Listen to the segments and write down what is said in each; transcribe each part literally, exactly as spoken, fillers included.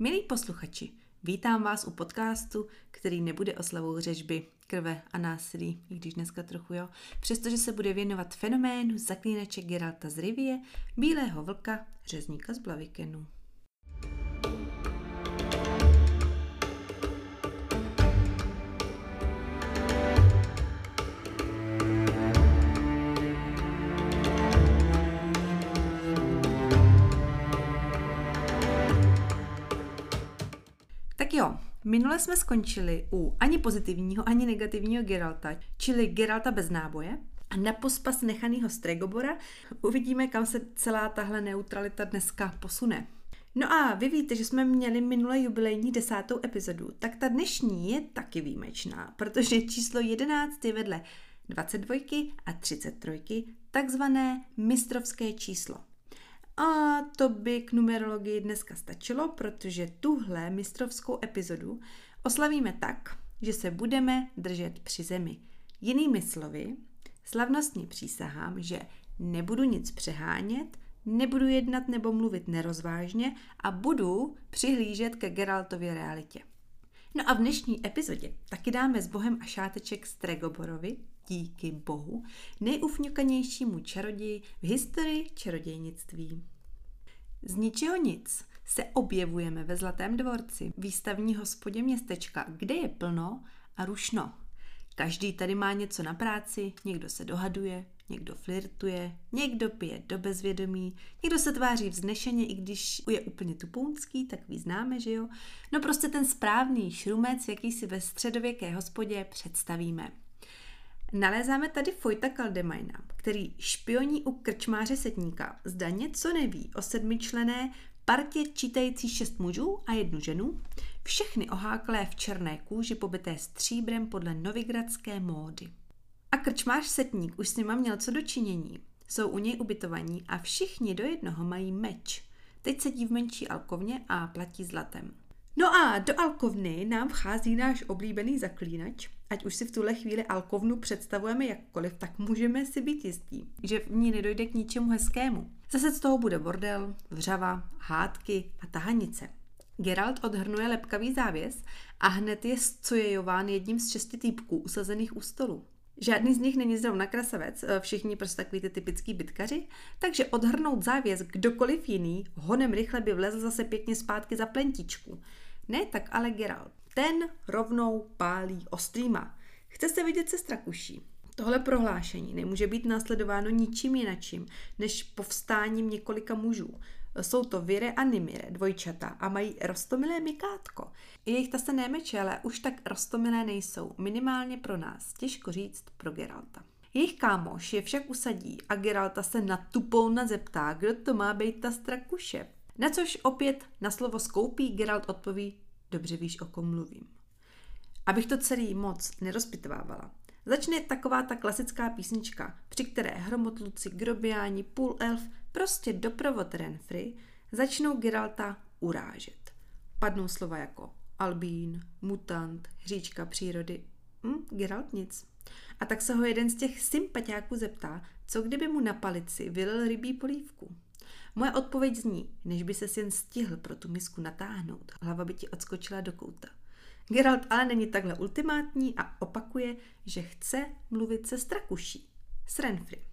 Milí posluchači, vítám vás u podcastu, který nebude oslavou řežby, krve a násilí, i když dneska trochu jo, přestože se bude věnovat fenoménu zaklínače Geralta z Rivie, bílého vlka, řezníka z Blavikenu. Tak jo, minule jsme skončili u ani pozitivního, ani negativního Geralta, čili Geralta bez náboje a na pospas nechanýho Stregobora. Uvidíme, kam se celá tahle neutralita dneska posune. No a vy víte, že jsme měli minule jubilejní desátou epizodu, tak ta dnešní je taky výjimečná, protože číslo jedenáct je vedle dvacet dva a třicet tři, takzvané mistrovské číslo. A to by k numerologii dneska stačilo, protože tuhle mistrovskou epizodu oslavíme tak, že se budeme držet při zemi. Jinými slovy, slavnostně přísahám, že nebudu nic přehánět, nebudu jednat nebo mluvit nerozvážně a budu přihlížet ke Geraltově realitě. No a v dnešní epizodě taky dáme s bohem a šáteček Stregoborovi, díky bohu, nejufňukanějšímu čaroději v historii čarodějnictví. Z ničeho nic se objevujeme ve Zlatém dvorci, výstavní hospodě městečka, kde je plno a rušno. Každý tady má něco na práci, někdo se dohaduje, někdo flirtuje, někdo pije do bezvědomí, někdo se tváří vznešeně, i když je úplně tupounský, tak ví známe, že jo? No prostě ten správný šrumec, jaký si ve středověké hospodě představíme. Nalézáme tady Foyta Kaldemajna, který špioní u krčmáře Setníka, zda něco neví o sedmičlenné partě čítající šest mužů a jednu ženu, všechny oháklé v černé kůži pobité stříbrem podle novigradské módy. A krčmář Setník už s nima měl co dočinění. Jsou u něj ubytovaní a všichni do jednoho mají meč. Teď sedí v menší alkovně a platí zlatem. No a do alkovny nám vchází náš oblíbený zaklínač. Ať už si v tuhle chvíli alkovnu představujeme jakkoliv, tak můžeme si být jistí, že v ní nedojde k ničemu hezkému. Zase z toho bude bordel, vřava, hádky a tahanice. Geralt odhrnuje lepkavý závěs a hned je scojejován jedním z šesti týpků usazených u stolu. Žádný z nich není zrovna krasavec, všichni prostě takový ty typický bitkaři, takže odhrnout závěs kdokoliv jiný, honem rychle by vlezl zase pěkně zpátky za plentičku. Ne, tak ale Geralt. Ten rovnou pálí ostrýma. Chce se vidět se strakuší. Tohle prohlášení nemůže být následováno ničím jinačím, než povstáním několika mužů. Jsou to Vire a Nimire, dvojčata, a mají roztomilé mikátko. Jejich tasené meče ale už tak roztomilé nejsou, minimálně pro nás, těžko říct pro Geralta. Jejich kámoš je však usadí a Geralta se natupouna zeptá, kdo to má být ta strakuše. Na což opět na slovo skoupí Geralt odpoví, dobře víš, o kom mluvím. Abych to celý moc nerozpitvávala. Začne taková ta klasická písnička, při které hromotluci, grobiáni, půl elf, prostě doprovod Renfri, začnou Geralta urážet. Padnou slova jako albín, mutant, hříčka přírody. Hm, Geralt nic. A tak se ho jeden z těch sympatiáků zeptá, co kdyby mu na palici vylil rybí polívku. Moje odpověď zní, než by ses jen stihl pro tu misku natáhnout, hlava by ti odskočila do kouta. Geralt ale není takhle ultimátní a opakuje, že chce mluvit se strakuší, s Renfri.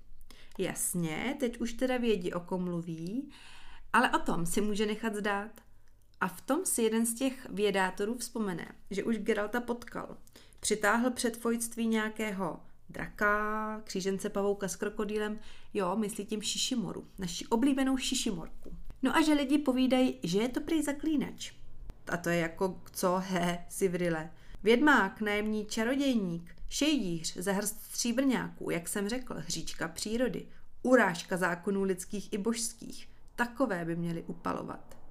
Jasně, teď už teda vědí, o kom mluví, ale o tom si může nechat zdát. A v tom si jeden z těch vědátorů vzpomene, že už Geralta potkal. Přitáhl před fojtství nějakého draka, křížence pavouka s krokodýlem, jo, myslí tím Šišimoru, naši oblíbenou Šišimorku. No a že lidi povídají, že je to prý zaklínač. A to je jako co, he, Sivrile. Vědmák, nájemní čarodějník, šejdíř, zahrst stříbrňáků, jak jsem řekl, hříčka přírody, urážka zákonů lidských i božských. Takové by měli upalovat.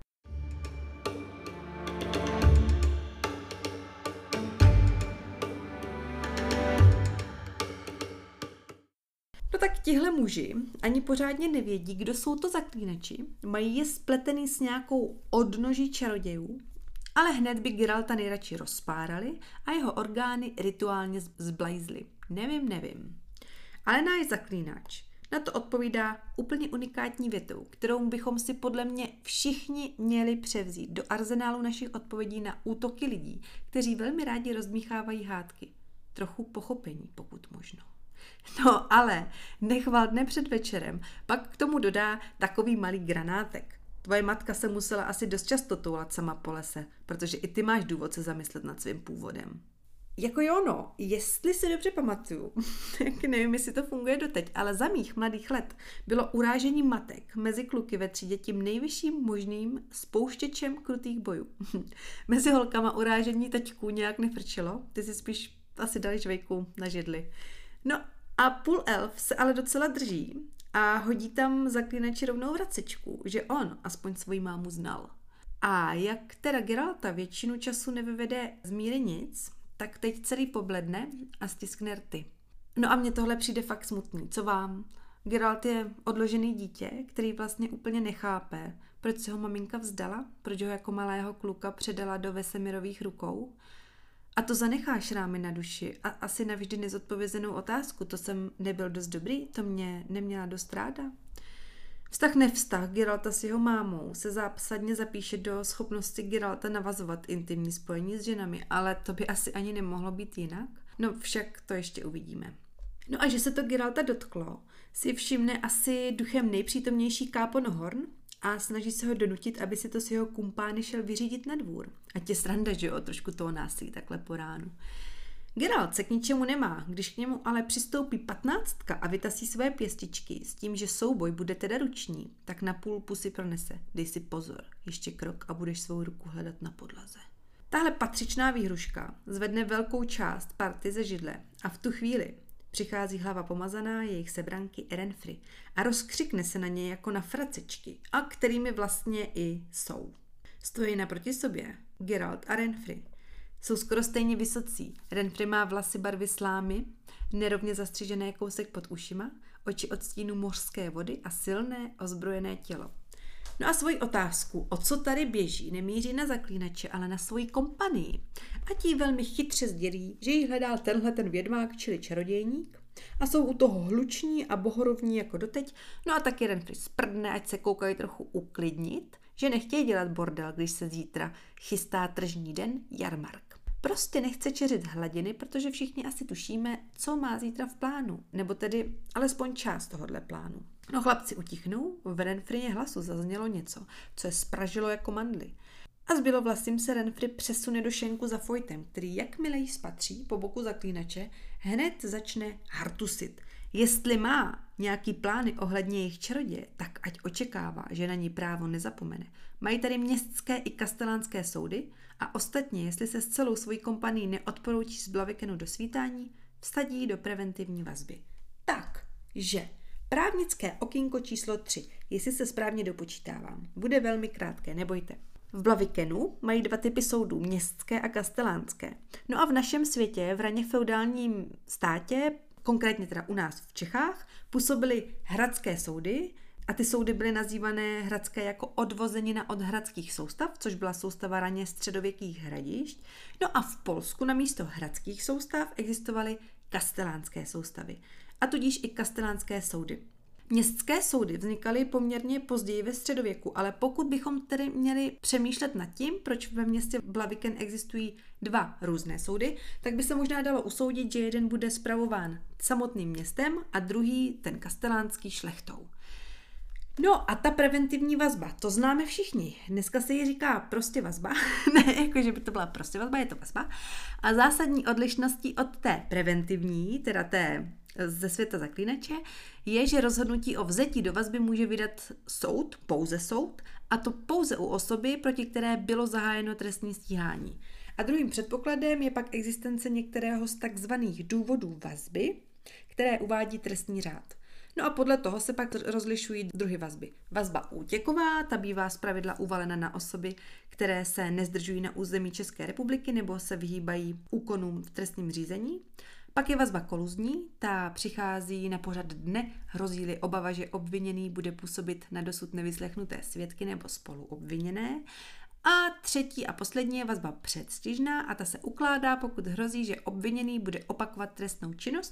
No tak tihle muži ani pořádně nevědí, kdo jsou to zaklínači, mají je spletený s nějakou odnoží čarodějů, ale hned by Geralta nejradši rozpárali a jeho orgány rituálně zblajzly. Nevím, nevím. Ale náš zaklínač Na to odpovídá úplně unikátní větou, kterou bychom si podle mě všichni měli převzít do arzenálu našich odpovědí na útoky lidí, kteří velmi rádi rozdmíchávají hádky. Trochu pochopení, pokud možno. No ale nechval dne před večerem, pak k tomu dodá takový malý granátek. Tvoje matka se musela asi dost často toulat sama po lese, protože i ty máš důvod se zamyslet nad svým původem. Jako jo, no, jestli si dobře pamatuju, tak nevím, jestli to funguje doteď, ale za mých mladých let bylo urážení matek mezi kluky ve třídě tím nejvyšším možným spouštěčem krutých bojů. Mezi holkama urážení taťků nějak nefrčilo, ty si spíš asi dali žvejku na židli. No a půl elf se ale docela drží a hodí tam zaklínači rovnou vracečku, že on aspoň svoji mámu znal. A jak teda Geralta většinu času nevyvede z míry nic, tak teď celý pobledne a stiskne rty. No a mně tohle přijde fakt smutný. Co vám? Geralt je odložený dítě, který vlastně úplně nechápe, proč se ho maminka vzdala, proč ho jako malého kluka předala do Vesemirových rukou. A to zanechá šrámy na duši a asi navždy nezodpovězenou otázku. To jsem nebyl dost dobrý, to mě neměla dost ráda. Vztah nevztah Geralta s jeho mámou se zásadně zapíše do schopnosti Geralta navazovat intimní spojení s ženami, ale to by asi ani nemohlo být jinak. No však to ještě uvidíme. No a že se to Geralta dotklo, si všimne asi duchem nejpřítomnější Kápon Horn a snaží se ho donutit, aby si to s jeho kumpány šel vyřídit na dvůr. Ať je sranda, že jo, trošku toho násilí takhle po ránu. Geralt se k ničemu nemá, když k němu ale přistoupí patnáctka a vytasí své pěstičky s tím, že souboj bude teda ruční, tak na půl pusy pronese. Dej si pozor, ještě krok a budeš svou ruku hledat na podlaze. Tahle patřičná výhruška zvedne velkou část party ze židle a v tu chvíli přichází hlava pomazaná jejich sebranky Erenfry a rozkřikne se na ně jako na fracečky, a kterými vlastně i jsou. Stojí naproti sobě Geralt a Renfri. Jsou skoro stejně vysocí. Renfri má vlasy barvy slámy, nerovně zastřižené kousek pod ušima, oči od stínu mořské vody a silné ozbrojené tělo. No a svoji otázku, o co tady běží, nemíří na zaklínače, ale na svoji kompanii. A tí velmi chytře sdělí, že jí hledal tenhle ten vědmák, čili čarodějník, a jsou u toho hluční a bohorovní jako doteď, no a taky Renfri sprdne, ať se koukají trochu uklidnit, že nechtějí dělat bordel, když se zítra chystá tržní den jarmark. Prostě nechce čeřit hladiny, protože všichni asi tušíme, co má zítra v plánu, nebo tedy alespoň část tohohle plánu. No chlapci utichnou, v Renfrině hlasu zaznělo něco, co je spražilo jako mandly. A zbylo vlasím se Renfri přesune do šenku za Fojtem, který jakmile jí spatří po boku zaklínače, hned začne hartusit. Jestli má nějaký plány ohledně jejich čaroděje, tak ať očekává, že na ní právo nezapomene. Mají tady městské i kastelánské soudy a ostatně, jestli se s celou svojí kompanií neodporoučí z Blavikenu do svítání, vsadí do preventivní vazby. Takže právnické okýnko číslo tři, jestli se správně dopočítávám, bude velmi krátké, nebojte. V Blavikenu mají dva typy soudů, městské a kastelánské. No a v našem světě, v raně feudálním státě, konkrétně teda u nás v Čechách, působily hradské soudy a ty soudy byly nazývané hradské jako odvozenina od hradských soustav, což byla soustava raně středověkých hradišť. No a v Polsku na místo hradských soustav existovaly kastelánské soustavy a tudíž i kastelánské soudy. Městské soudy vznikaly poměrně později ve středověku, ale pokud bychom tedy měli přemýšlet nad tím, proč ve městě Blaviken existují dva různé soudy, tak by se možná dalo usoudit, že jeden bude spravován samotným městem a druhý, ten kastelánský, šlechtou. No a ta preventivní vazba, to známe všichni. Dneska se jí říká prostě vazba, ne jako, že by to byla prostě vazba, je to vazba. A zásadní odlišností od té preventivní, teda té ze světa zaklínače, je, že rozhodnutí o vzetí do vazby může vydat soud, pouze soud, a to pouze u osoby, proti které bylo zahájeno trestní stíhání. A druhým předpokladem je pak existence některého z takzvaných důvodů vazby, které uvádí trestní řád. No a podle toho se pak rozlišují druhy vazby. Vazba útěková, ta bývá zpravidla uvalena na osoby, které se nezdržují na území České republiky nebo se vyhýbají úkonům v trestním řízení. Pak je vazba koluzní, ta přichází na pořad dne, hrozí-li obava, že obviněný bude působit na dosud nevyslechnuté svědky nebo spoluobviněné. A třetí a poslední je vazba předstižná a ta se ukládá, pokud hrozí, že obviněný bude opakovat trestnou činnost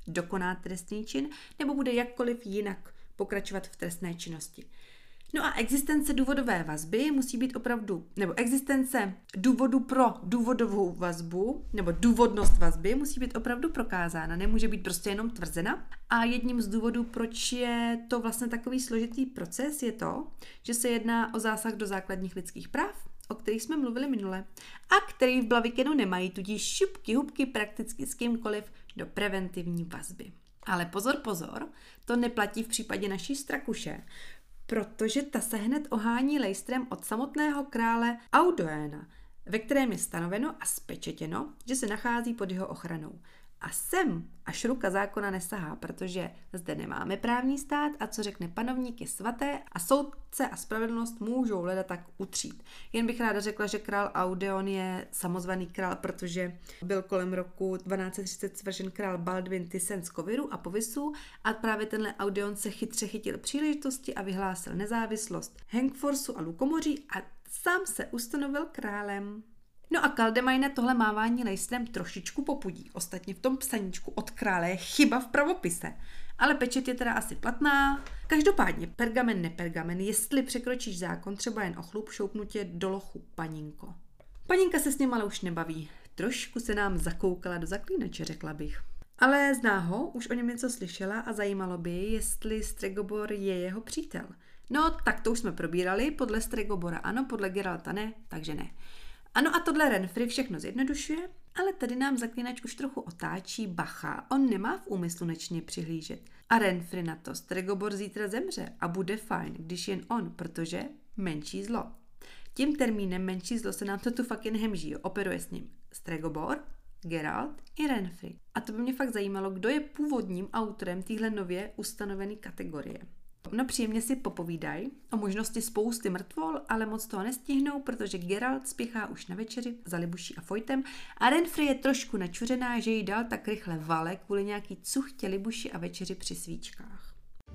dokoná trestný čin nebo bude jakkoliv jinak pokračovat v trestné činnosti. No a existence důvodové vazby musí být opravdu, nebo existence důvodu pro důvodovou vazbu, nebo důvodnost vazby musí být opravdu prokázána, nemůže být prostě jenom tvrzena. A jedním z důvodů, proč je to vlastně takový složitý proces, je to, že se jedná o zásah do základních lidských práv, o kterých jsme mluvili minule, a který v Blavikenu nemají tudíž šupky, hubky prakticky s kýmkoliv do preventivní vazby. Ale pozor, pozor, to neplatí v případě naší Strakuše, protože ta se hned ohání lejstrem od samotného krále Audoéna, ve kterém je stanoveno a spečetěno, že se nachází pod jeho ochranou. A sem až ruka zákona nesahá, protože zde nemáme právní stát a co řekne panovník je svaté a soudce a spravedlnost můžou leda tak utřít. Jen bych ráda řekla, že král Audeon je samozvaný král, protože byl kolem roku dvanáct set třicet svržen král Baldwin Thyssen z Coviru a Povisu a právě tenhle Audeon se chytře chytil příležitosti a vyhlásil nezávislost Hengforsu a Lukomoří a sám se ustanovil králem. No a Kaldemajne tohle mávání lejstrem trošičku popudí. Ostatně v tom psaníčku od krále je chyba v pravopise. Ale pečet je teda asi platná. Každopádně, pergamen nepergamen, jestli překročíš zákon, třeba jen o chlup, šoupnutě do lochu, paninko. Paninka se s ním ale už nebaví. Trošku se nám zakoukala do zaklínače, řekla bych. Ale zná ho, už o něm něco slyšela a zajímalo by, jestli Stregobor je jeho přítel. No, tak to už jsme probírali, podle Stregobora ano, podle Geralta ne, takže ne. Ano a tohle Renfri všechno zjednodušuje, ale tady nám zaklínač už trochu otáčí, bacha, on nemá v úmyslu nečně přihlížet. A Renfri na to, Stregobor zítra zemře a bude fajn, když jen on, protože menší zlo. Tím termínem menší zlo se nám to tu fakt jen hemží, operuje s ním Stregobor, Geralt i Renfri. A to by mě fakt zajímalo, kdo je původním autorem téhle nově ustanovené kategorie. No příjemně si popovídají o možnosti spousty mrtvol, ale moc toho nestihnou, protože Geralt spěchá už na večeři za Libuší a Fojtem a Renfri je trošku načuřená, že jí dal tak rychle vale kvůli nějaký cuchtě Libuši a večeři při svíčkách.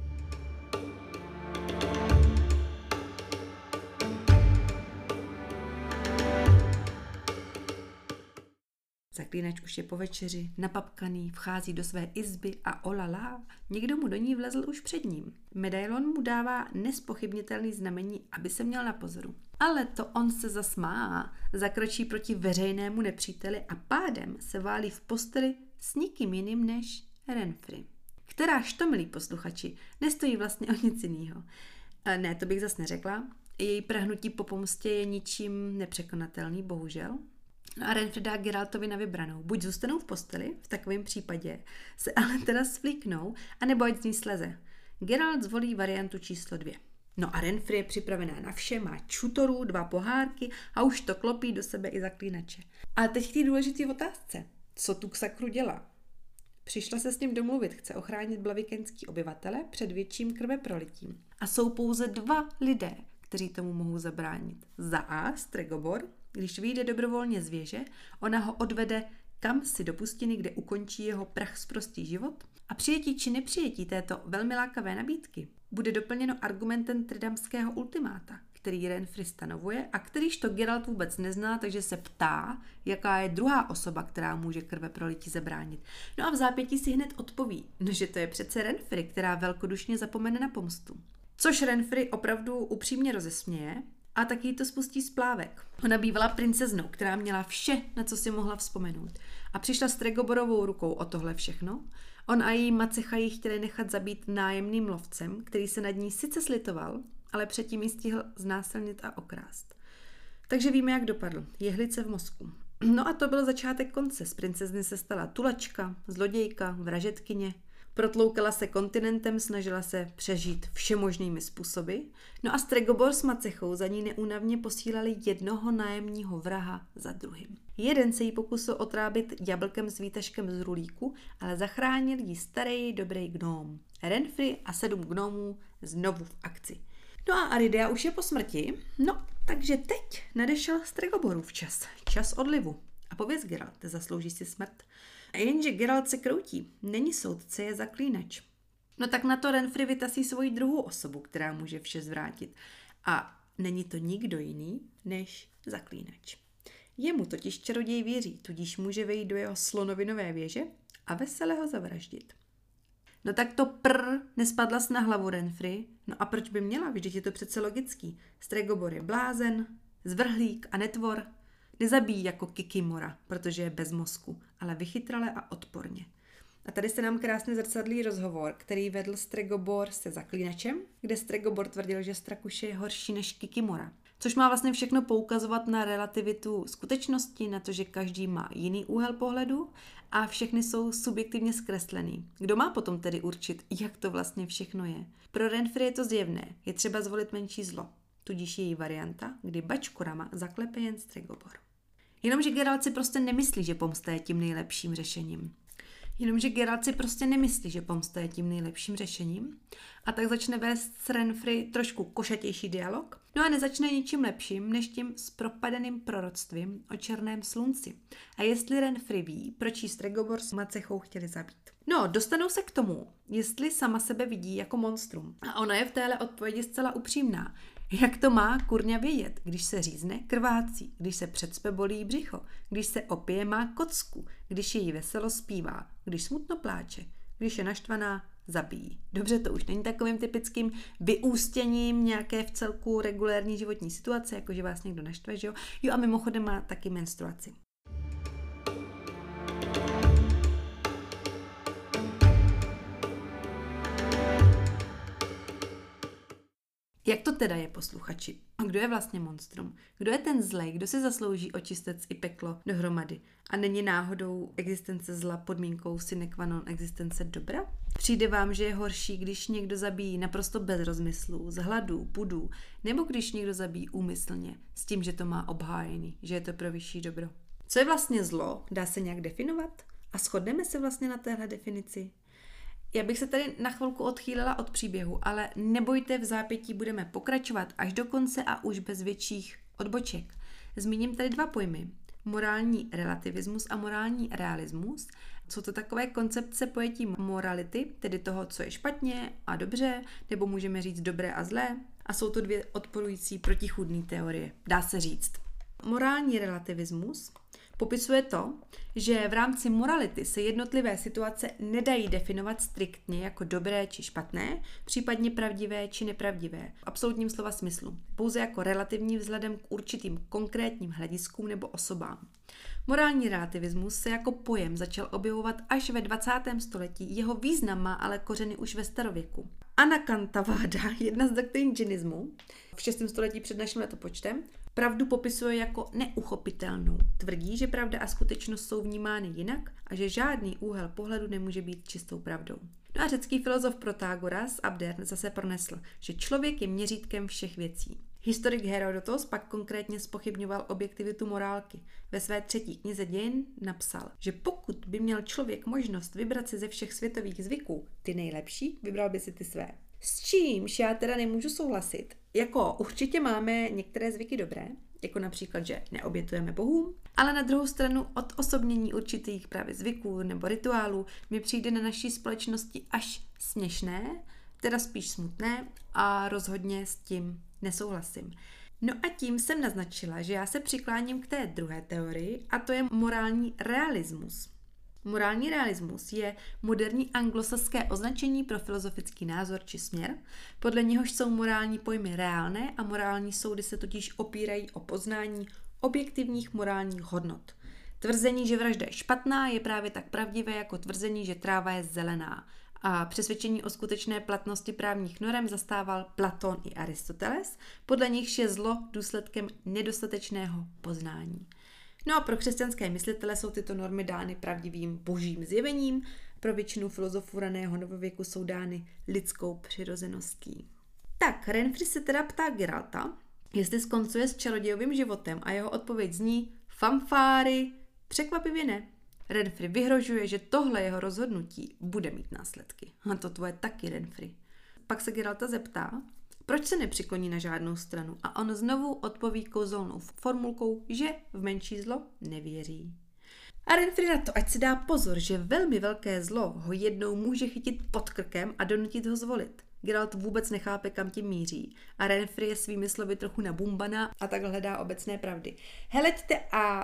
Zaklínač už je po večeři, napapkaný, vchází do své izby a olala, někdo mu do ní vlezl už před ním. Medailon mu dává nespochybnitelný znamení, aby se měl na pozoru. Ale to on se zasmá, zakročí proti veřejnému nepříteli a pádem se válí v posteli s nikým jiným než Renfri. Kteráž to, milí posluchači, nestojí vlastně o nic jinýho. Ne, to bych zas neřekla. Její prahnutí po pomstě je ničím nepřekonatelný, bohužel. No a Renfri dá Geraltovi na vybranou. Buď zůstanou v posteli, v takovém případě se ale teda svlíknou, anebo ať z ní sleze. Geralt zvolí variantu číslo dvě. No a Renfri je připravená na vše, má čutorů, dva pohárky a už to klopí do sebe i zaklínače. Ale teď k té důležité otázce. Co tu k sakru dělá? Přišla se s ním domluvit, chce ochránit blavikenský obyvatele před větším krveprolitím. A jsou pouze dva lidé, kteří tomu mohou zabránit. Za A Stregobor, když vyjde dobrovolně z věže, ona ho odvede kam si do pustiny, kde ukončí jeho prachsprostý život a přijetí či nepřijetí této velmi lákavé nabídky bude doplněno argumentem tridamského ultimáta, který Renfri stanovuje a kterýž to Geralt vůbec nezná, takže se ptá, jaká je druhá osoba, která může krveprolití zabránit. No a v zápětí si hned odpoví, no že to je přece Renfri, která velkodušně zapomene na pomstu. Což Renfri opravdu upřímně rozesměje a taky to spustí splávek. Ona bývala princeznou, která měla vše, na co si mohla vzpomenout. A přišla s Stregoborovou rukou o tohle všechno. On a její macecha ji chtěli nechat zabít nájemným lovcem, který se nad ní sice slitoval, ale předtím ji stihl znásilnit a okrást. Takže víme, jak dopadl. Jehlice v mozku. No a to byl začátek konce. Z princezny se stala tulačka, zlodějka, vražedkyně. Protloukala se kontinentem, snažila se přežít všemožnými způsoby. No a Stregobor s macechou za ní neúnavně posílali jednoho nájemního vraha za druhým. Jeden se jí pokusil otrábit jablkem s výtažkem z rulíku, ale zachránil jí starý dobrý gnóm. Renfri a sedm gnomů znovu v akci. No a Aridea už je po smrti, no takže teď nadešel Stregoborův čas, čas odlivu. A pověz Geralt, zaslouží si smrt. A jenže Geralt se kroutí, není soudce, je zaklínač. No tak na to Renfri vytasí svoji druhou osobu, která může vše zvrátit. A není to nikdo jiný než zaklínač. Jemu totiž čaroděj věří, tudíž může vejít do jeho slonovinové věže a vesele ho zavraždit. No tak to prr nespadla na hlavu Renfri, no a proč by měla, vždyť je to přece logický. Stregobor je blázen, zvrhlík a netvor, nezabíjí jako Kikimora, protože je bez mozku, ale vychytrale a odporně. A tady se nám krásně zrcadlí rozhovor, který vedl Stregobor se Zaklínačem, kde Stregobor tvrdil, že Strakuše je horší než Kikimora. Což má vlastně všechno poukazovat na relativitu skutečnosti, na to, že každý má jiný úhel pohledu a všechny jsou subjektivně zkreslený. Kdo má potom tedy určit, jak to vlastně všechno je? Pro Renfri je to zjevné, je třeba zvolit menší zlo, tudíž její varianta, kdy Bačkorama zaklepe jen Stregobor. Jenomže Geralt si prostě nemyslí, že pomsta je tím nejlepším řešením. Jenomže Geralt si prostě nemyslí, že pomsta je tím nejlepším řešením a tak začne vést s Renfri trošku košatější dialog, no a nezačne ničím lepším, než tím s propadeným proroctvím o černém slunci. A jestli Renfri ví, proč jí Stregobor s Macechou chtěli zabít. No, dostanou se k tomu, jestli sama sebe vidí jako monstrum. A ona je v téhle odpovědi zcela upřímná. Jak to má kurňa vědět, když se řízne, krvácí, když se předspe bolí břicho, když se opije má kocku, když je jí veselo zpívá, když smutno pláče, když je naštvaná, zabíjí. Dobře, to už není takovým typickým vyústěním nějaké v celku regulérní životní situace, jakože vás někdo naštve, že jo? Jo a mimochodem má taky menstruaci. Jak to teda je, posluchači? A kdo je vlastně monstrum? Kdo je ten zlej? Kdo si zaslouží očistec i peklo dohromady? A není náhodou existence zla podmínkou sine qua non existence dobra? Přijde vám, že je horší, když někdo zabíjí naprosto bez rozmyslu, z hladu, pudu, nebo když někdo zabíjí úmyslně, s tím, že to má obhájený, že je to pro vyšší dobro? Co je vlastně zlo? Dá se nějak definovat? A shodneme se vlastně na téhle definici? Já bych se tady na chvilku odchýlila od příběhu, ale nebojte, v zápětí budeme pokračovat až do konce a už bez větších odboček. Zmíním tady dva pojmy. Morální relativismus a morální realismus. Jsou to takové koncepce pojetí morality, tedy toho, co je špatně a dobře, nebo můžeme říct dobré a zlé. A jsou to dvě odporující protichůdné teorie, dá se říct. Morální relativismus popisuje to, že v rámci morality se jednotlivé situace nedají definovat striktně jako dobré či špatné, případně pravdivé či nepravdivé, v absolutním slova smyslu, pouze jako relativní vzhledem k určitým konkrétním hlediskům nebo osobám. Morální relativismus se jako pojem začal objevovat až ve dvacátém století, jeho význam má ale kořeny už ve starověku. Anna Kantaváda, jedna z doktrin džinismu, v šestém století před naším letopočtem, pravdu popisuje jako neuchopitelnou. Tvrdí, že pravda a skutečnost jsou vnímány jinak a že žádný úhel pohledu nemůže být čistou pravdou. No a řecký filozof Protagoras Abder zase pronesl, že člověk je měřítkem všech věcí. Historik Herodotos pak konkrétně zpochybňoval objektivitu morálky. Ve své třetí knize Dějin napsal, že pokud by měl člověk možnost vybrat si ze všech světových zvyků ty nejlepší, vybral by si ty své. S čímž já teda nemůžu souhlasit. Jako určitě máme některé zvyky dobré, jako například, že neobětujeme bohům, ale na druhou stranu od osobnění určitých právě zvyků nebo rituálů mi přijde na naší společnosti až směšné, teda spíš smutné a rozhodně s tím nesouhlasím. No a tím jsem naznačila, že já se přikláním k té druhé teorii a to je morální realismus. Morální realismus je moderní anglosaské označení pro filozofický názor či směr, podle něhož jsou morální pojmy reálné a morální soudy se totiž opírají o poznání objektivních morálních hodnot. Tvrzení, že vražda je špatná, je právě tak pravdivé jako tvrzení, že tráva je zelená. A přesvědčení o skutečné platnosti právních norem zastával Platón i Aristoteles, podle nichž je zlo důsledkem nedostatečného poznání. No a pro křesťanské myslitele jsou tyto normy dány pravdivým božím zjevením, pro většinu filozofů raného novověku jsou dány lidskou přirozeností. Tak, Renfri se teda ptá Geralta, jestli skoncuje s čarodějovým životem a jeho odpověď zní fanfáry, překvapivě ne. Renfri vyhrožuje, že tohle jeho rozhodnutí bude mít následky. A to tvoje taky, Renfri. Pak se Geralta zeptá, proč se nepřikloní na žádnou stranu a on znovu odpoví kouzelnou formulkou, že v menší zlo nevěří. A Renfri na to, ať si dá pozor, že velmi velké zlo ho jednou může chytit pod krkem a donutit ho zvolit. Geralt vůbec nechápe, kam tím míří a Renfri je svými slovy trochu nabumbaná a tak hledá obecné pravdy. Heleďte a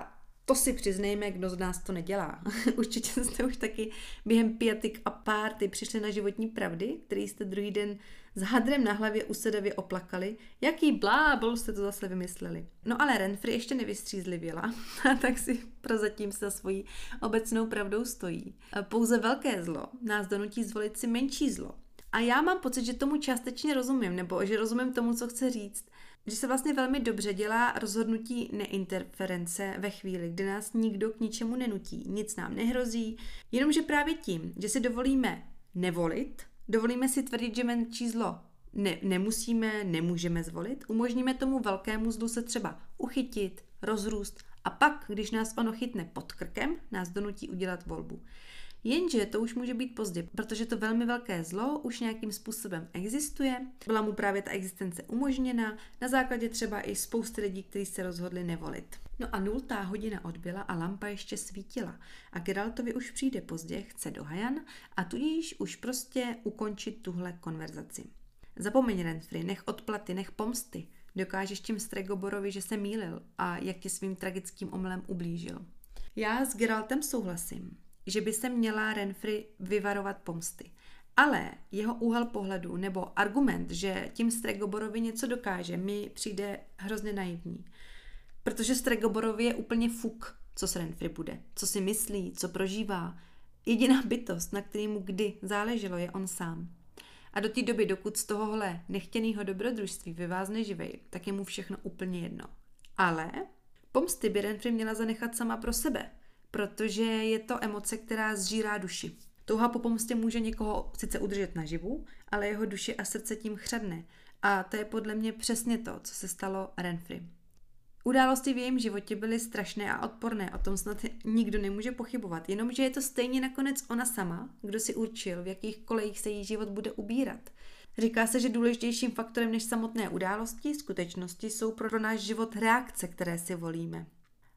To si přiznejme, kdo z nás to nedělá. Určitě jste už taky během piatik a párty přišli na životní pravdy, který jste druhý den s hadrem na hlavě usedavě oplakali. Jaký blábol jste to zase vymysleli. No ale Renfri ještě nevystřízlivěla, a tak si prozatím se za svojí obecnou pravdou stojí. Pouze velké zlo nás donutí zvolit si menší zlo. A já mám pocit, že tomu částečně rozumím, nebo že rozumím tomu, co chce říct. Že se vlastně velmi dobře dělá rozhodnutí neinterference ve chvíli, kdy nás nikdo k ničemu nenutí, nic nám nehrozí, jenomže právě tím, že si dovolíme nevolit, dovolíme si tvrdit, že menší zlo ne, nemusíme, nemůžeme zvolit, umožníme tomu velkému zlu se třeba uchytit, rozrůst a pak, když nás ono chytne pod krkem, nás donutí udělat volbu. Jenže to už může být pozdě, protože to velmi velké zlo už nějakým způsobem existuje, byla mu právě ta existence umožněna, na základě třeba i spousty lidí, kteří se rozhodli nevolit. No a nultá hodina odbyla a lampa ještě svítila a Geraltovi už přijde pozdě, chce do Hajan a tudíž už prostě ukončit tuhle konverzaci. Zapomeň, Renfri, nech odplaty, nech pomsty, dokážeš tím Stregoborovi, že se mýlil a jak ti svým tragickým omylem ublížil. Já s Geraltem souhlasím, že by se měla Renfri vyvarovat pomsty. Ale jeho úhel pohledu nebo argument, že tím Stregoborovi něco dokáže, mi přijde hrozně naivní. Protože Stregoborovi je úplně fuk, co s Renfri bude, co si myslí, co prožívá. Jediná bytost, na který mu kdy záleželo, je on sám. A do té doby, dokud z tohohle nechtěného dobrodružství vyvázne živej, tak je mu všechno úplně jedno. Ale pomsty by Renfri měla zanechat sama pro sebe, protože je to emoce, která zžírá duši. Touha po pomstě může někoho sice udržet naživu, ale jeho duši a srdce tím chřadne. A to je podle mě přesně to, co se stalo Renfri. Události v jejím životě byly strašné a odporné, o tom snad nikdo nemůže pochybovat, jenomže je to stejně nakonec ona sama, kdo si určil, v jakých kolejích se jí život bude ubírat. Říká se, že důležitějším faktorem než samotné události, skutečnosti jsou pro náš život reakce, které si volíme.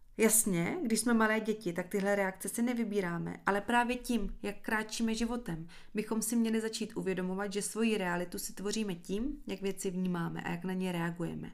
Jasně, když jsme malé děti, tak tyhle reakce si nevybíráme, ale právě tím, jak kráčíme životem, bychom si měli začít uvědomovat, že svoji realitu si tvoříme tím, jak věci vnímáme a jak na ně reagujeme.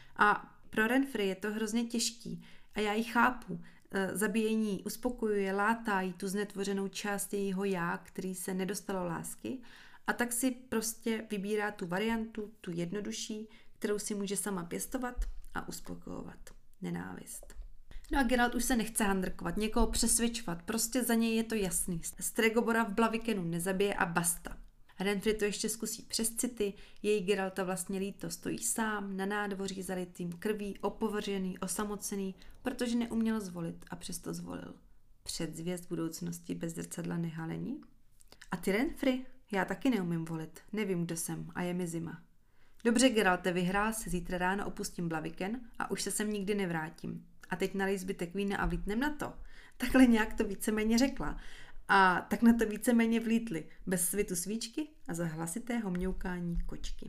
A pro Renfri je to hrozně těžký a já ji chápu. Zabíjení uspokojuje, látá jí tu znetvořenou část jejího já, který se nedostalo lásky, a tak si prostě vybírá tu variantu, tu jednodušší, kterou si může sama pěstovat a uspokojovat. Nenávist. No a Geralt už se nechce handrkovat, někoho přesvědčovat, prostě za něj je to jasný. Stregobora v Blavikenu nezabije a basta. Renfri to ještě zkusí přes city, její Geralta vlastně líto, stojí sám, na nádvoří zalitým krví, opovržený, osamocený, protože neuměl zvolit a přesto zvolil. Předzvěst budoucnosti bez zrcadla nehalení? A ty, Renfri? Já taky neumím volit, nevím, kdo jsem a je mi zima. Dobře, Geralte, vyhrál se, zítra ráno opustím Blaviken a už se sem nikdy nevrátím. A teď nalej zbytek vína a vlítnem na to. Takhle nějak to víceméně řekla. A tak na to víceméně vlítli, bez svitu svíčky a za hlasitého mňoukání kočky.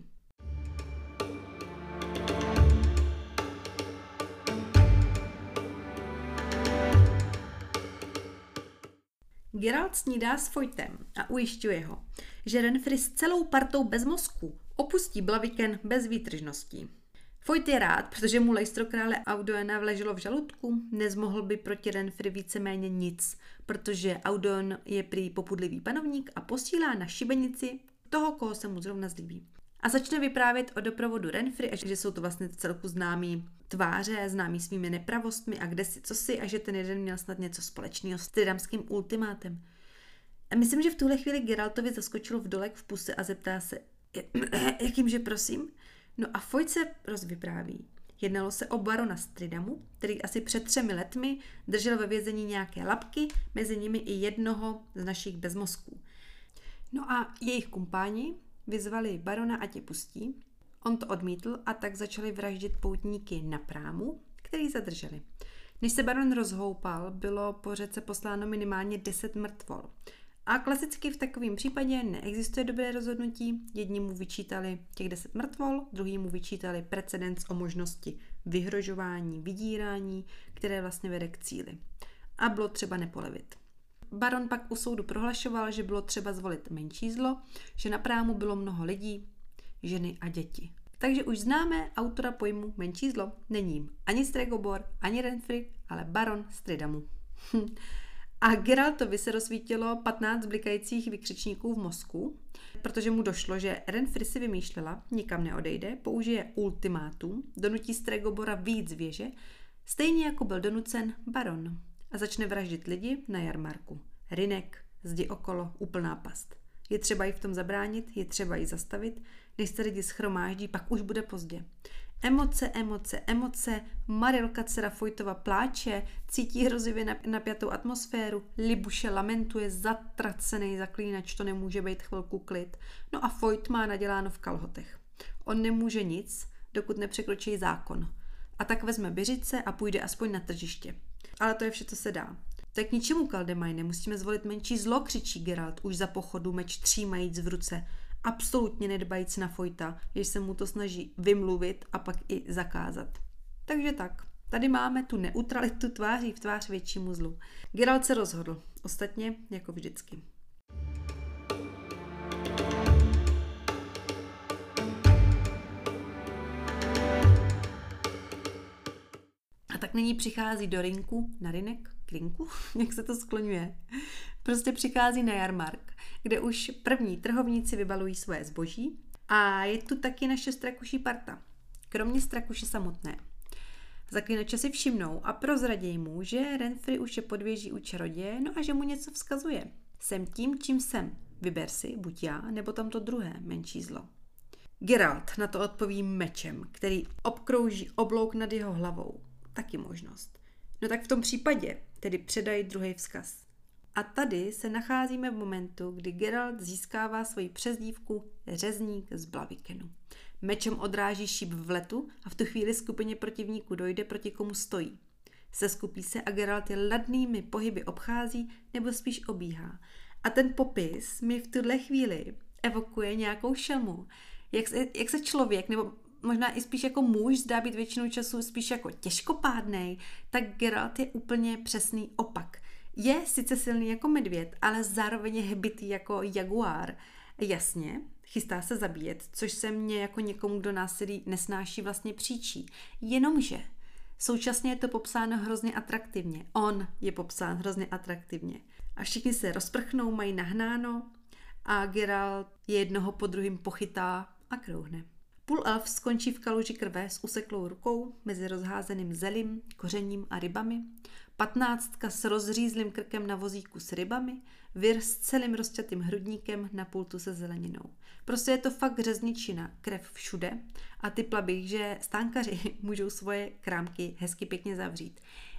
Geralt snídá s Foytem a ujišťuje ho, že Renfri s celou partou bez mozku opustí Blaviken bez výtržností. Foyt je rád, protože mu lejstro krále Audoena vleželo v žaludku, nezmohl by proti Renfri víceméně nic, protože Audoen je prý popudlivý panovník a posílá na šibenici toho, koho se mu zrovna zlíbí. A začne vyprávět o doprovodu Renfri a že jsou to vlastně v celku známí tváře, známí svými nepravostmi a kdesi cosi a že ten jeden měl snad něco společného s tridamským ultimátem. A myslím, že v tuhle chvíli Geraltovi zaskočilo vdolek v puse a zeptá se, jakýmže prosím? No a Foyt se rozvypráví. Jednalo se o barona z Tridamu, který asi před třemi letmi držel ve vězení nějaké labky, mezi nimi i jednoho z našich bezmozků. No a jejich kumpáni vyzvali barona, ať je pustí. On to odmítl a tak začali vraždit poutníky na prámu, který zadrželi. Než se baron rozhoupal, bylo po řece posláno minimálně deset mrtvol. A klasicky v takovém případě neexistuje dobré rozhodnutí. Jedni mu vyčítali těch deset mrtvol, druhý mu vyčítali precedens o možnosti vyhrožování, vydírání, které vlastně vede k cíli. A bylo třeba nepolevit. Baron pak u soudu prohlašoval, že bylo třeba zvolit menší zlo, že na prámu bylo mnoho lidí, ženy a děti. Takže už známe autora pojmu menší zlo. Není jim ani Stregobor, ani Renfri, ale baron Stridamu. A Geraltovi se rozsvítilo patnáct blikajících vykřičníků v mozku, protože mu došlo, že Renfri si vymýšlela, nikam neodejde, použije ultimátum, donutí Stregobora víc věže, stejně jako byl donucen baron. A začne vraždit lidi na jarmarku. Rynek, zdi okolo, úplná past. Je třeba jí v tom zabránit, je třeba jí zastavit, než se lidi schromáždí, pak už bude pozdě. Emoce, emoce, emoce, Marilka dcera Foytova pláče, cítí hrozivě napjatou atmosféru, Libuše lamentuje, zatracený zaklínač, to nemůže být chvilku klid. No a Foyt má naděláno v kalhotech. On nemůže nic, dokud nepřekročí zákon. A tak vezme běžice a půjde aspoň na tržiště. Ale to je vše, co se dá. To je k ničemu, Kaldemajne, musíme zvolit menší zlo, křičí Geralt, už za pochodu, meč třímajíc v ruce. Absolutně nedbajíc na Foyta, jež se mu to snaží vymluvit a pak i zakázat. Takže tak, tady máme tu neutralitu tváří v tvář většímu zlu. Geralt se rozhodl, ostatně jako vždycky. A tak nyní přichází do rinku, na rynek, k rinku, jak se to skloňuje. Prostě přichází na jarmark, kde už první trhovníci vybalují svoje zboží a je tu taky naše strakuší parta, kromě strakuše samotné. Zaklínače si všimnou a prozradějí mu, že Renfri už je pod věží u čaroděje, no a že mu něco vzkazuje. Jsem tím, čím jsem. Vyber si, buď já, nebo tamto druhé, menší zlo. Geralt na to odpoví mečem, který obkrouží oblouk nad jeho hlavou. Taky možnost. No tak v tom případě tedy předaj druhý vzkaz. A tady se nacházíme v momentu, kdy Geralt získává svoji přezdívku Řezník z Blavikenu. Mečem odráží šíp v letu a v tu chvíli skupině protivníků dojde, proti komu stojí. Seskupí se a Geralt je ladnými pohyby obchází nebo spíš obíhá. A ten popis mi v tuhle chvíli evokuje nějakou šelmu. Jak se, jak se člověk, nebo možná i spíš jako muž, zdá být většinou času spíš jako těžkopádnej, tak Geralt je úplně přesný opak. Je sice silný jako medvěd, ale zároveň je hbitý jako jaguár. Jasně, chystá se zabíjet, což se mě jako někomu, kdo násilí nesnáší, vlastně příčí. Jenomže současně je to popsáno hrozně atraktivně. On je popsán hrozně atraktivně. A všichni se rozprchnou, mají nahnáno a Geralt je jednoho po druhým pochytá a krouhne. Půl elf skončí v kaluži krve s useklou rukou mezi rozházeným zelím, kořením a rybami, patnáctka s rozřízlým krkem na vozíku s rybami, vir s celým rozťatým hrudníkem na pultu se zeleninou. Prostě je to fakt řezničina, krev všude a typla bych, že stánkaři můžou svoje krámky hezky pěkně zavřít.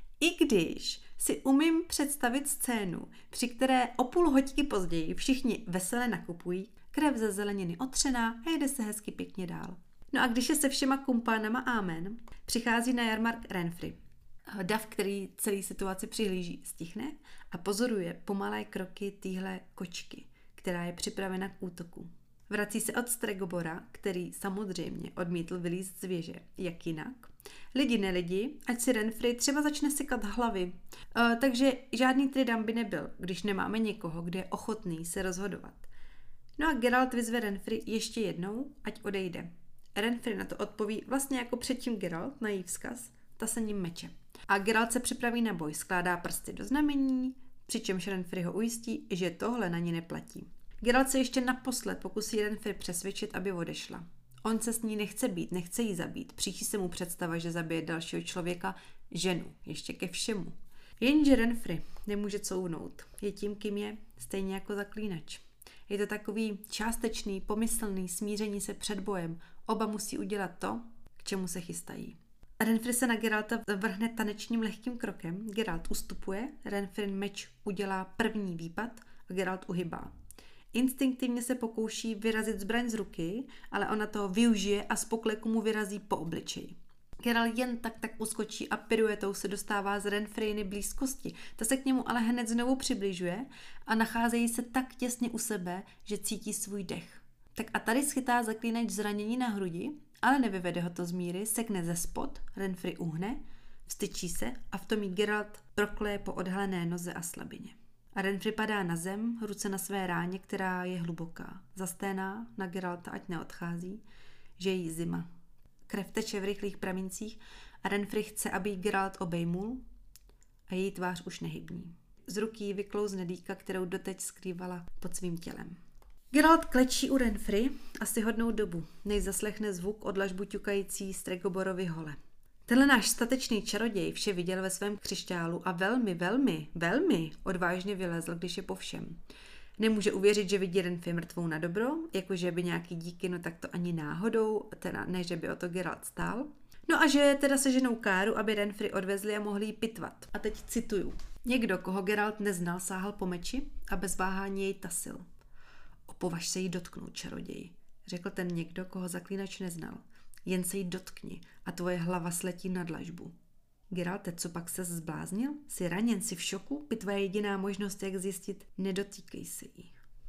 I když si umím představit scénu, při které o půl hoďky později všichni vesele nakupují, krev ze zeleniny otřená a jede se hezky pěkně dál. No a když je se všema kumpánama amen, přichází na jarmark Renfri. Dav, který celý situaci přihlíží, stichne a pozoruje pomalé kroky téhle kočky, která je připravena k útoku. Vrací se od Stregobora, který samozřejmě odmítl vylízt z věže. Jak jinak? Lidi nelidi, ať si Renfri třeba začne sykat hlavy. E, takže žádný tridam by nebyl, když nemáme někoho, kde je ochotný se rozhodovat. No a Geralt vyzve Renfri ještě jednou, ať odejde. Renfri na to odpoví vlastně jako předtím Geralt na její vzkaz, ta se ním meče. A Geralt se připraví na boj, skládá prsty do znamení, přičemž Renfri ho ujistí, že tohle na ní neplatí. Geralt se ještě naposled pokusí Renfri přesvědčit, aby odešla. On se s ní nechce být, nechce jí zabít, příští se mu představa, že zabije dalšího člověka, ženu, ještě ke všemu. Jenže Renfri nemůže couvnout, je tím, kým je, stejně jako zaklínač. Je to takový částečný, pomyslný smíření se před bojem. Oba musí udělat to, k čemu se chystají. Renfri se na Geralta vrhne tanečním lehkým krokem. Geralt ustupuje, Renfri meč udělá první výpad a Geralt uhybá. Instinktivně se pokouší vyrazit zbraň z ruky, ale ona toho využije a z pokleku mu vyrazí po obličeji. Geralt jen tak tak uskočí a piruetou se dostává z Renfriiny blízkosti. Ta se k němu ale hned znovu přibližuje a nacházejí se tak těsně u sebe, že cítí svůj dech. Tak a tady schytá zaklínač zranění na hrudi, ale nevyvede ho to z míry, sekne ze spod, Renfri uhne, vstyčí se a v tom jí Geralt prokleje po odhalené noze a slabině. A Renfri padá na zem, ruce na své ráně, která je hluboká. Zasténá na Geralta, ať neodchází. že je jí zima. Krev teče v rychlých pramíncích a Renfri chce, aby jí Geralt obejmul a její tvář už nehybní. Z ruky jí vyklouzne dýka, kterou doteď skrývala pod svým tělem. Geralt klečí u Renfri asi hodnou dobu, než zaslechne zvuk od dlažbu ťukající Stregoborovi hole. Tenhle náš statečný čaroděj vše viděl ve svém křišťálu a velmi, velmi, velmi odvážně vylezl, když je po všem. Nemůže uvěřit, že vidí Renfri mrtvou na dobro, jakože by nějaký díky, no tak to ani náhodou, teda ne, že by o to Geralt stál. No a že teda seženou káru, aby Renfri odvezli a mohli jí pitvat. A teď cituju. Někdo, koho Geralt neznal, sáhal po meči a bez váhání jej tasil. Opovaž se jí dotknout, čaroději, řekl ten někdo, koho zaklínač neznal. Jen se jí dotkni a tvoje hlava sletí na dlažbu. Geralte, co pak ses zbláznil? Jsi raněn, jsi v šoku? By tvoje jediná možnost, jak zjistit, nedotýkej se jí.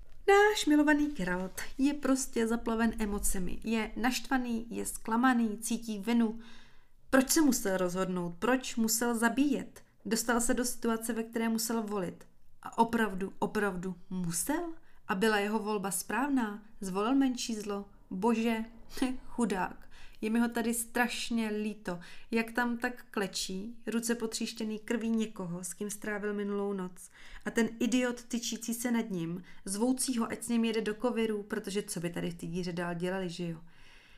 Náš milovaný Geralt je prostě zaplaven emocemi. Je naštvaný, je zklamaný, cítí vinu. Proč se musel rozhodnout? Proč musel zabíjet? Dostal se do situace, ve které musel volit. A opravdu, opravdu musel? A byla jeho volba správná? Zvolil menší zlo? Bože, chudák. Je mi ho tady strašně líto, jak tam tak klečí, ruce potříštěný krví někoho, s kým strávil minulou noc. A ten idiot tyčící se nad ním, zvoucí ho, ať s ním jede do koviru, protože co by tady v té díře dál dělali, že jo?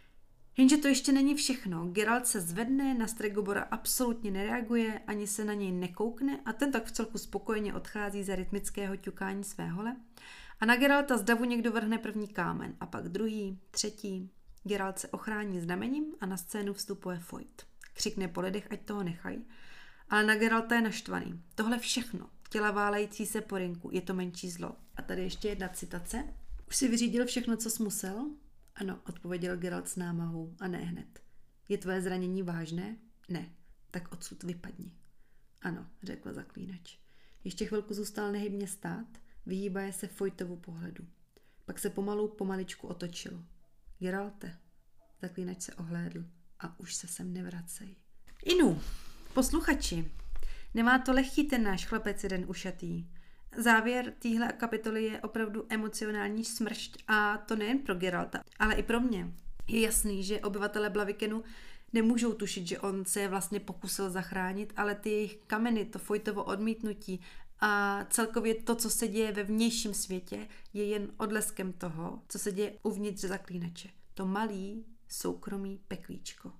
Jenže to ještě není všechno. Geralt se zvedne, na Stregobora absolutně nereaguje, ani se na něj nekoukne a ten tak v celku spokojeně odchází za rytmického ťukání své hole. A na Geralta z davu někdo vrhne první kámen a pak druhý, třetí. Geralt se ochrání znamením a na scénu vstupuje Foyt. Křikne po lidech, ať toho nechají. Ale na Geralta je naštvaný. Tohle všechno, těla válející se po rynku, je to menší zlo. A tady ještě jedna citace. Už si vyřídil všechno, co jsi musel? Ano, odpověděl Geralt s námahou a ne hned. Je tvoje zranění vážné? Ne. Tak odsud vypadni. Ano, řekl zaklínač. Ještě chvilku zůstal nehybně stát, vyhýbaje se Foytovu pohledu. Pak se pomalu pomaličku otočil. Geralte, zaklínač se ohlédl a už se sem nevracej. Inu, posluchači, nemá to lehký ten náš chlapec jeden ušatý. Závěr téhle kapitoly je opravdu emocionální smršť a to nejen pro Geralta, ale i pro mě. Je jasný, že obyvatele Blavikenu nemůžou tušit, že on se je vlastně pokusil zachránit, ale ty jejich kameny, to Foytovo odmítnutí a celkově to, co se děje ve vnějším světě, je jen odleskem toho, co se děje uvnitř zaklínače. To malý, soukromý peklíčko.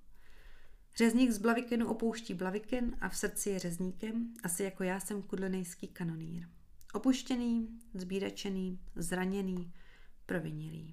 Řezník z Blavikenu opouští Blaviken a v srdci je řezníkem, asi jako já jsem kudlenejský kanonýr. Opuštěný, zbídačený, zraněný, provinilý.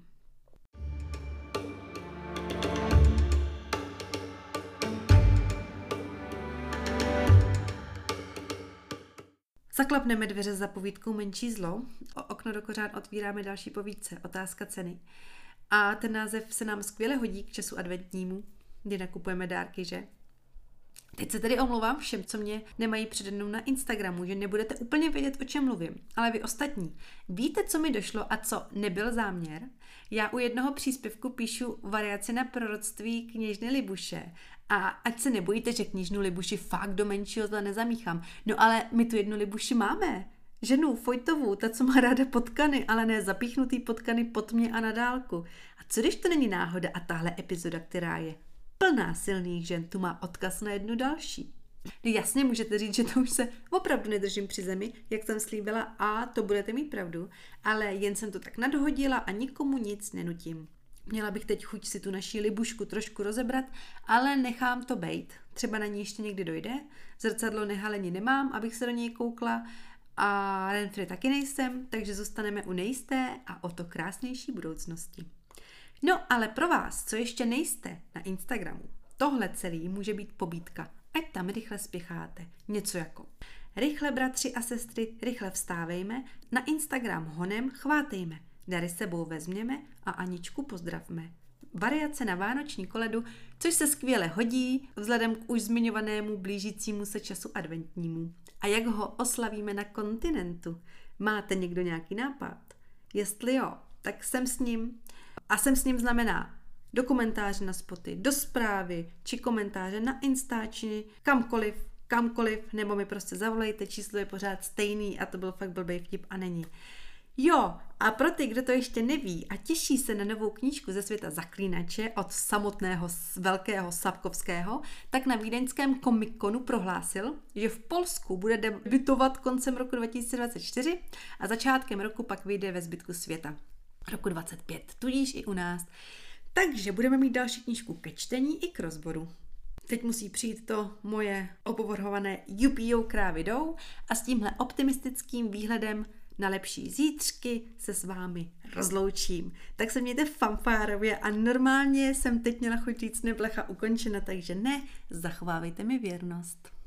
Zaklapneme dveře za povídkou Menší zlo, o okno do kořán otvíráme další povídce, Otázka ceny. A ten název se nám skvěle hodí k času adventnímu, kdy nakupujeme dárky, že? Teď se tedy omlouvám všem, co mě nemají přede mnou na Instagramu, že nebudete úplně vědět, o čem mluvím. Ale vy ostatní, víte, co mi došlo a co nebyl záměr? Já u jednoho příspěvku píšu variaci na proroctví kněžny Libuše. A ať se nebojíte, že kněžnu Libuši fakt do menšího zla nezamíchám. No ale my tu jednu Libuši máme. Ženu Foytovu, ta, co má ráda potkany, ale ne zapíchnutý potkany pod mě a na dálku. A co když to není náhoda a tahle epizoda, která je plná silných žen, tu má odkaz na jednu další. No jasně můžete říct, že to už se opravdu nedržím při zemi, jak jsem slíbila a to budete mít pravdu, ale jen jsem to tak nadhodila a nikomu nic nenutím. Měla bych teď chuť si tu naší Libušku trošku rozebrat, ale nechám to bejt. Třeba na ní ještě někdy dojde. Zrcadlo nehalení nemám, abych se do něj koukla a Renfri taky nejsem, takže zůstaneme u nejisté a o to krásnější budoucnosti. No, ale pro vás, co ještě nejste na Instagramu, tohle celý může být pobídka, ať tam rychle spěcháte. Něco jako rychle bratři a sestry, rychle vstávejme, na Instagram honem chvátejme, dary sebou vezměme a Aničku pozdravme. Variace na vánoční koledu, což se skvěle hodí vzhledem k už zmiňovanému blížícímu se času adventnímu. A jak ho oslavíme na kontinentu? Máte někdo nějaký nápad? Jestli jo, tak jsem s ním. A jsem s ním znamená do komentáře na spoty, do zprávy, či komentáře na Instači, kamkoliv, kamkoliv, nebo mi prostě zavolejte, číslo je pořád stejný a to byl fakt blbej vtip a není. Jo, a pro ty, kdo to ještě neví a těší se na novou knížku ze světa Zaklínače od samotného velkého Sapkovského, tak na vídeňském Comic-Conu prohlásil, že v Polsku bude debutovat koncem roku dva tisíce dvacet čtyři a začátkem roku pak vyjde ve zbytku světa roku dvacet pět, tudíž i u nás. Takže budeme mít další knížku ke čtení i k rozboru. Teď musí přijít to moje opovrhované jupijou krávy jdou a s tímhle optimistickým výhledem na lepší zítřky se s vámi rozloučím. Tak se mějte fanfárově a normálně jsem teď měla chuť říct neblecha ukončena, takže ne, zachovávejte mi věrnost.